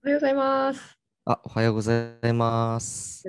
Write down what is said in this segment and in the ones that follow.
おはようございます。 おはようございます。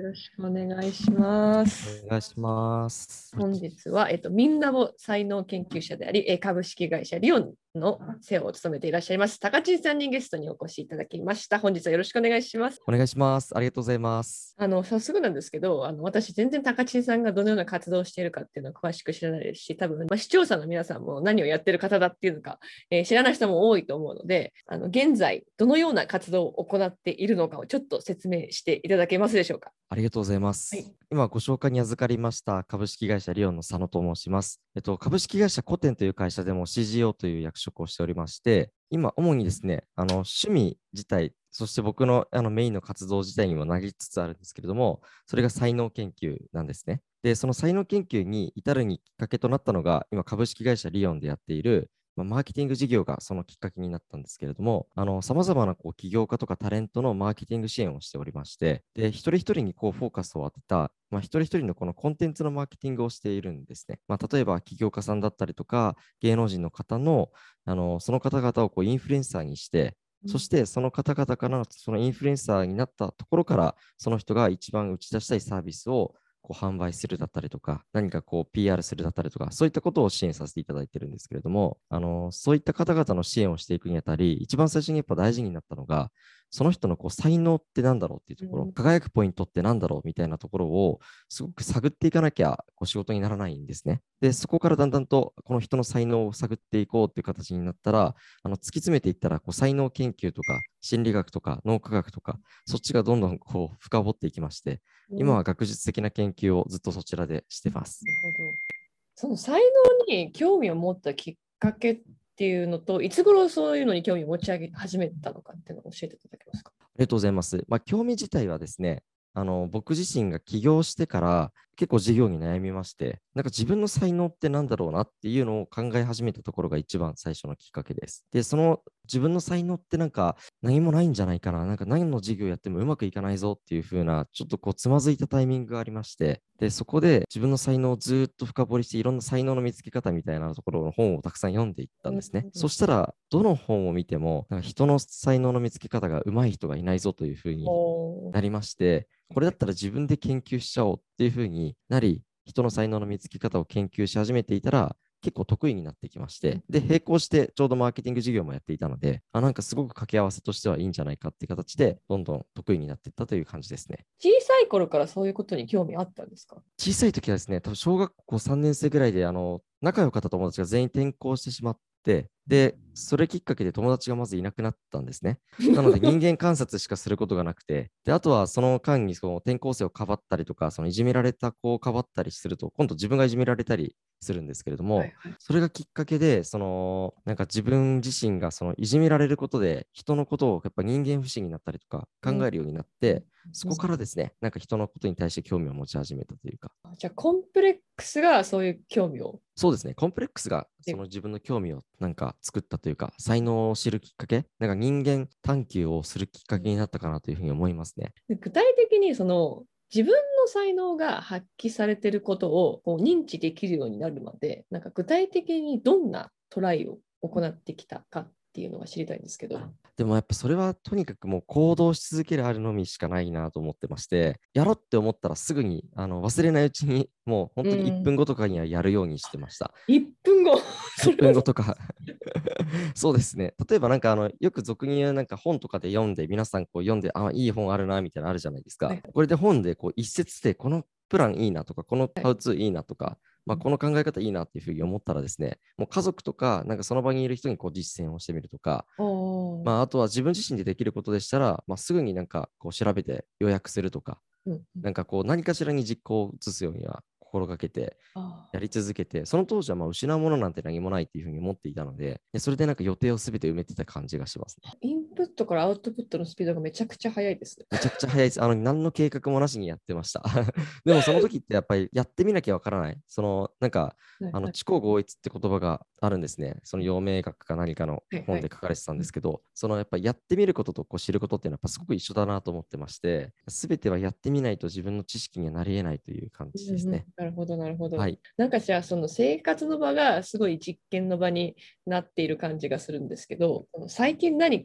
よろしくお願いします。 お願いします。 本日は、みんなも才能研究者であり、株式会社リオンのセオを務めていらっしゃいます、高知さんにゲストにお越しいただきました。本日はよろしくお願いします。 お願いします。ありがとうございます。 早速なんですけど、私、全然高知さんがどのような活動をしているかっていうのは詳しく知らないですし、多分、視聴者の皆さんも何をやってる方だっていうのか、知らない人も多いと思うので、現在、どのような活動を行っているのかをちょっと説明していただけますでしょうか。 ありがとうございまはい。 す。今ご紹介に預かりました株式会社リオンの佐野と申します。株式会社コテンという会社でも CGO という役職をしておりまして、今主にですね、趣味自体、そして僕のメインの活動自体にもなりつつあるんですけれども、それが才能研究なんですね。で、その才能研究に至るにきっかけとなったのが、今株式会社リオンでやっているマーケティング事業がそのきっかけになったんですけれども、さまざまな起業家とかタレントのマーケティング支援をしておりまして、で、一人一人にフォーカスを当てた、一人一人のこのコンテンツのマーケティングをしているんですね。例えば起業家さんだったりとか、芸能人の方の、その方々をインフルエンサーにして、そしてその方々からそのインフルエンサーになったところから、その人が一番打ち出したいサービスを販売するだったりとか、何かPR するだったりとか、そういったことを支援させていただいてるんですけれども、そういった方々の支援をしていくにあたり、一番最初にやっぱ大事になったのが、その人の才能ってなんだろうっていうところ、輝くポイントってなんだろうみたいなところをすごく探っていかなきゃ仕事にならないんですね。で、そこからだんだんとこの人の才能を探っていこうっていう形になったら、突き詰めていったら才能研究とか心理学とか脳科学とか、そっちがどんどん深掘っていきまして、今は学術的な研究をずっとそちらでしてます。 なるほど。その才能に興味を持ったきっかけっていうのと、いつ頃そういうのに興味を持ち上げ始めたのかっていうのを教えていただけますか。 ありがとうございます。興味自体はですね、僕自身が起業してから結構事業に悩みまして、なんか自分の才能ってなんだろうなっていうのを考え始めたところが一番最初のきっかけです。で、その自分の才能ってなんか何もないんじゃないかな、なんか何の事業やってもうまくいかないぞっていう風な、ちょっとつまずいたタイミングがありまして、で、そこで自分の才能をずっと深掘りして、いろんな才能の見つけ方みたいなところの本をたくさん読んでいったんですね。そしたら、どの本を見ても、なんか人の才能の見つけ方が上手い人がいないぞという風になりまして、これだったら自分で研究しちゃおうっていう風になり、人の才能の見つけ方を研究し始めていたら、結構得意になってきまして、で、並行してちょうどマーケティング事業もやっていたので、なんかすごく掛け合わせとしてはいいんじゃないかっていう形で、どんどん得意になっていったという感じですね。 小さい頃からそういうことに興味あったんですか。 小さい時はですね、多分小学校3年生ぐらいで、仲良かった友達が全員転校してしまって、で、それきっかけで友達がまずいなくなったんですね。なので人間観察しかすることがなくて、で、あとはその間にその転校生をかばったりとか、そのいじめられた子をかばったりすると、今度自分がいじめられたりするんですけれども、 はいはい。 それがきっかけで、なんか自分自身がそのいじめられることで、人のことをやっぱ人間不信になったりとか考えるようになって、そこからですね、なんか人のことに対して興味を持ち始めたというか、 じゃあコンプレックスがそういう興味を。 そうですね、コンプレックスがその自分の興味をなんか作ったというか、才能を知るきっかけ、なんか人間探求をするきっかけになったかなというふうに思いますね。 具体的にその自分の才能が発揮されていることを認知できるようになるまで、なんか具体的にどんなトライを行ってきたかっていうのが知りたいんですけど。 でもやっぱそれはとにかくもう行動し続けるあるのみしかないなと思ってまして、やろうって思ったらすぐに忘れないうちにもう本当に1分後とかにはやるようにしてました。 1分後そ 1 れは分後とかそうですね。例えばなんかよく俗に言うなんか本とかで読んで、皆さん読んで、いい本あるなみたいなのあるじゃないですか。 はいこれで本で一節でこのプランいいなとか、このはい。 ハウツーいいなとか、この考え方いいなっていうふうに思ったらですね、もう家族とか、なんかその場にいる人に実践をしてみるとか、 おー。 あとは自分自身でできることでしたら、すぐになんか調べて予約するとか、 うんうん。 なんか何かしらに実行を移すようには心がけて、 あやり続けて、その当時は失うものなんて何もないっていうふうに思っていたので、それでなんか予定をすべて埋めてた感じがしますね。 インプットからアウトプットのスピードがめちゃくちゃ速いですね。 めちゃくちゃ早いです。何の計画もなしにやってました。でもその時ってやっぱりやってみなきゃわからない。なんか、 はいはい知行合一って言葉があるんですね。その陽明学か何かのはいはい。 本で書かれてたんですけど、やっぱりやってみることと知ることっていうのはやっぱすごく一緒だなと思ってまして、すべてはやってみないと自分の知識にはなり得ないという感うんうん、 じですね。 なるほど、なるほど。 はい。 なんかじゃあ、その生活の場がすごい実験の場になっている感じがするんですけど、最近何か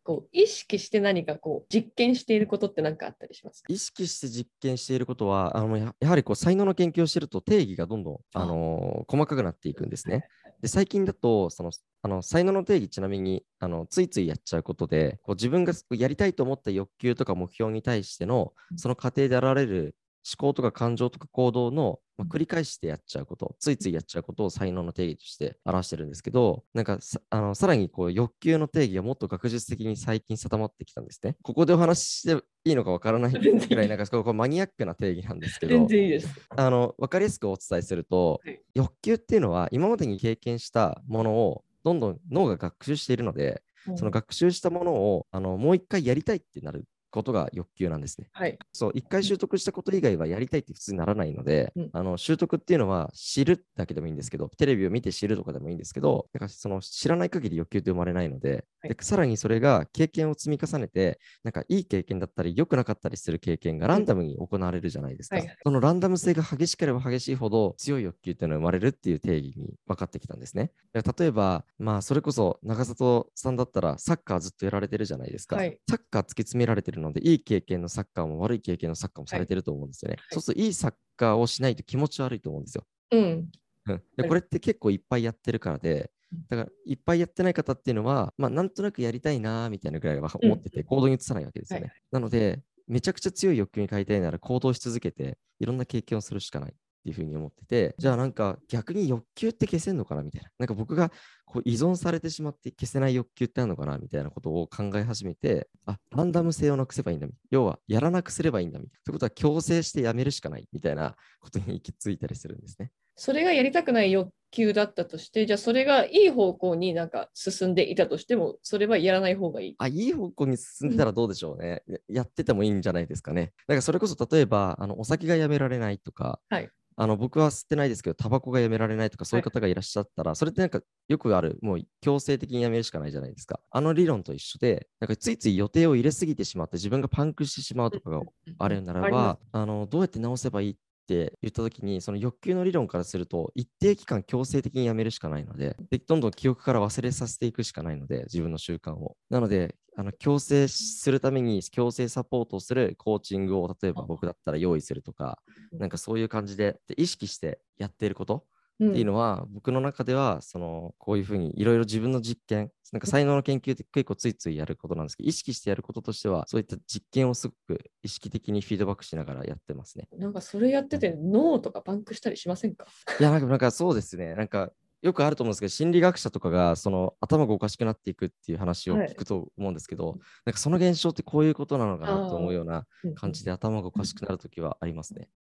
こう意識して何かこう実験していることって何かあったりしますか？ 意識して実験していることは、やはりこう才能の研究をしていると定義がどんどん、細かくなっていくんですね。で、最近だと、才能の定義、ちなみについついやっちゃうことで、こう自分がやりたいと思った欲求とか目標に対しての、その過程で現れる思考とか感情とか行動の、繰り返してやっちゃうこと、ついついやっちゃうことを才能の定義として表してるんですけど、なんかさらにこう欲求の定義がもっと学術的に最近定まってきたんですね。ここでお話ししていいのかわからないぐらい、なんかこうマニアックな定義なんですけ全ど、 然いいです。 わかりやすくお伝えすると、 はい。 欲求っていうのは今までに経験したものをどんどん脳が学習しているので、その学習したものをもう一回やりたいってなることが欲求なんですね。 はい。 そう、一回習得したこと以外はやりたいって普通にならないので、 うん、 習得っていうのは知るだけでもいいんですけど、テレビを見て知るとかでもいいんですけど、なんかその知らない限り欲求って生まれないので、 はい、 さらにそれが経験を積み重ねて、なんかいい経験だったり良くなかったりする経験がランダムに行われるじゃないですか。 はい、 そのランダム性が激しければ激しいほど強い欲求っていうのが生まれるっていう定義に分かってきたんですね。例えば、まあそれこそ長里さんだったらサッカーずっとやられてるじゃないですか。 はい、 サッカー突き詰められてるので、いい経験のサッカーも悪い経験のサッカーもされてると思うんですよね。そうするといいサッカーをしないと気持ち悪いと思うんですよ。 うん。 でこれって結構いっぱいやってるからで、だからいっぱいやってない方っていうのは、まあ、なんとなくやりたいなみたいなぐらいは思ってて、行動に移さないわけですよね。なので、めちゃくちゃ強い欲求に変えたいなら行動し続けて、いろんな経験をするしかないっていうふうに思ってて、じゃあなんか逆に欲求って消せんのかなみたいな。なんか僕がこう依存されてしまって消せない欲求ってあるのかなみたいなことを考え始めて、ランダム性をなくせばいいんだ。要は、やらなくすればいいんだ。ということは、強制してやめるしかないみたいなことに行き着いたりするんですね。 それがやりたくない欲求だったとして、じゃあそれがいい方向になんか進んでいたとしても、それはやらない方がいい。 いい方向に進んでたらどうでしょうね。やっててもいいんじゃないですかね。だからそれこそ例えば、お酒がやめられないとか、 はい。 僕は吸ってないですけど、タバコがやめられないとか、そういう方がいらっしゃったら、それってなんかよくある、もう強制的にやめるしかないじゃないですか。あの理論と一緒で、なんかついつい予定を入れすぎてしまって、自分がパンクしてしまうとかがあるならば、どうやって直せばいいって言ったときに、その欲求の理論からすると、一定期間強制的にやめるしかないので、どんどん記憶から忘れさせていくしかないので、自分の習慣を。なので、強制するために強制サポートをするコーチングを例えば僕だったら用意するとか、なんかそういう感じで意識してやっていることっていうのは、僕の中ではこういうふうにいろいろ自分の実験、なんか才能の研究って結構ついついやることなんですけど、意識してやることとしては、そういった実験をすごく意識的にフィードバックしながらやってますね。 なんかそれやってて脳とかパンクしたりしませんか？ いや、なんかそうですね。なんかよくあると思うんですけど、心理学者とかが頭がおかしくなっていくっていう話を聞くと思うんですけど、なんかその現象ってこういうことなのかなと思うような感じで頭がおかしくなるときはありますね。